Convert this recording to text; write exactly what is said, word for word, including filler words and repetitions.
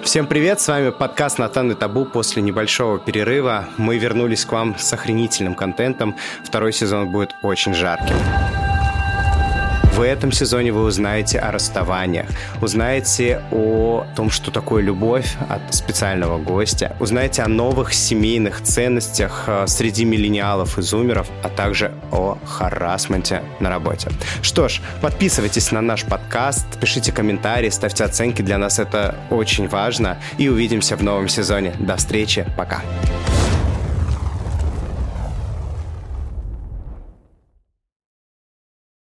Всем привет, с вами подкаст «Натан и Табу». После небольшого перерыва мы вернулись к вам с охренительным контентом. Второй сезон будет очень жарким. В этом сезоне вы узнаете о расставаниях, узнаете о том, что такое любовь от специального гостя, узнаете о новых семейных ценностях среди миллениалов и зумеров, а также о харассменте на работе. Что ж, подписывайтесь на наш подкаст, пишите комментарии, ставьте оценки, для нас это очень важно, и увидимся в новом сезоне. До встречи, пока!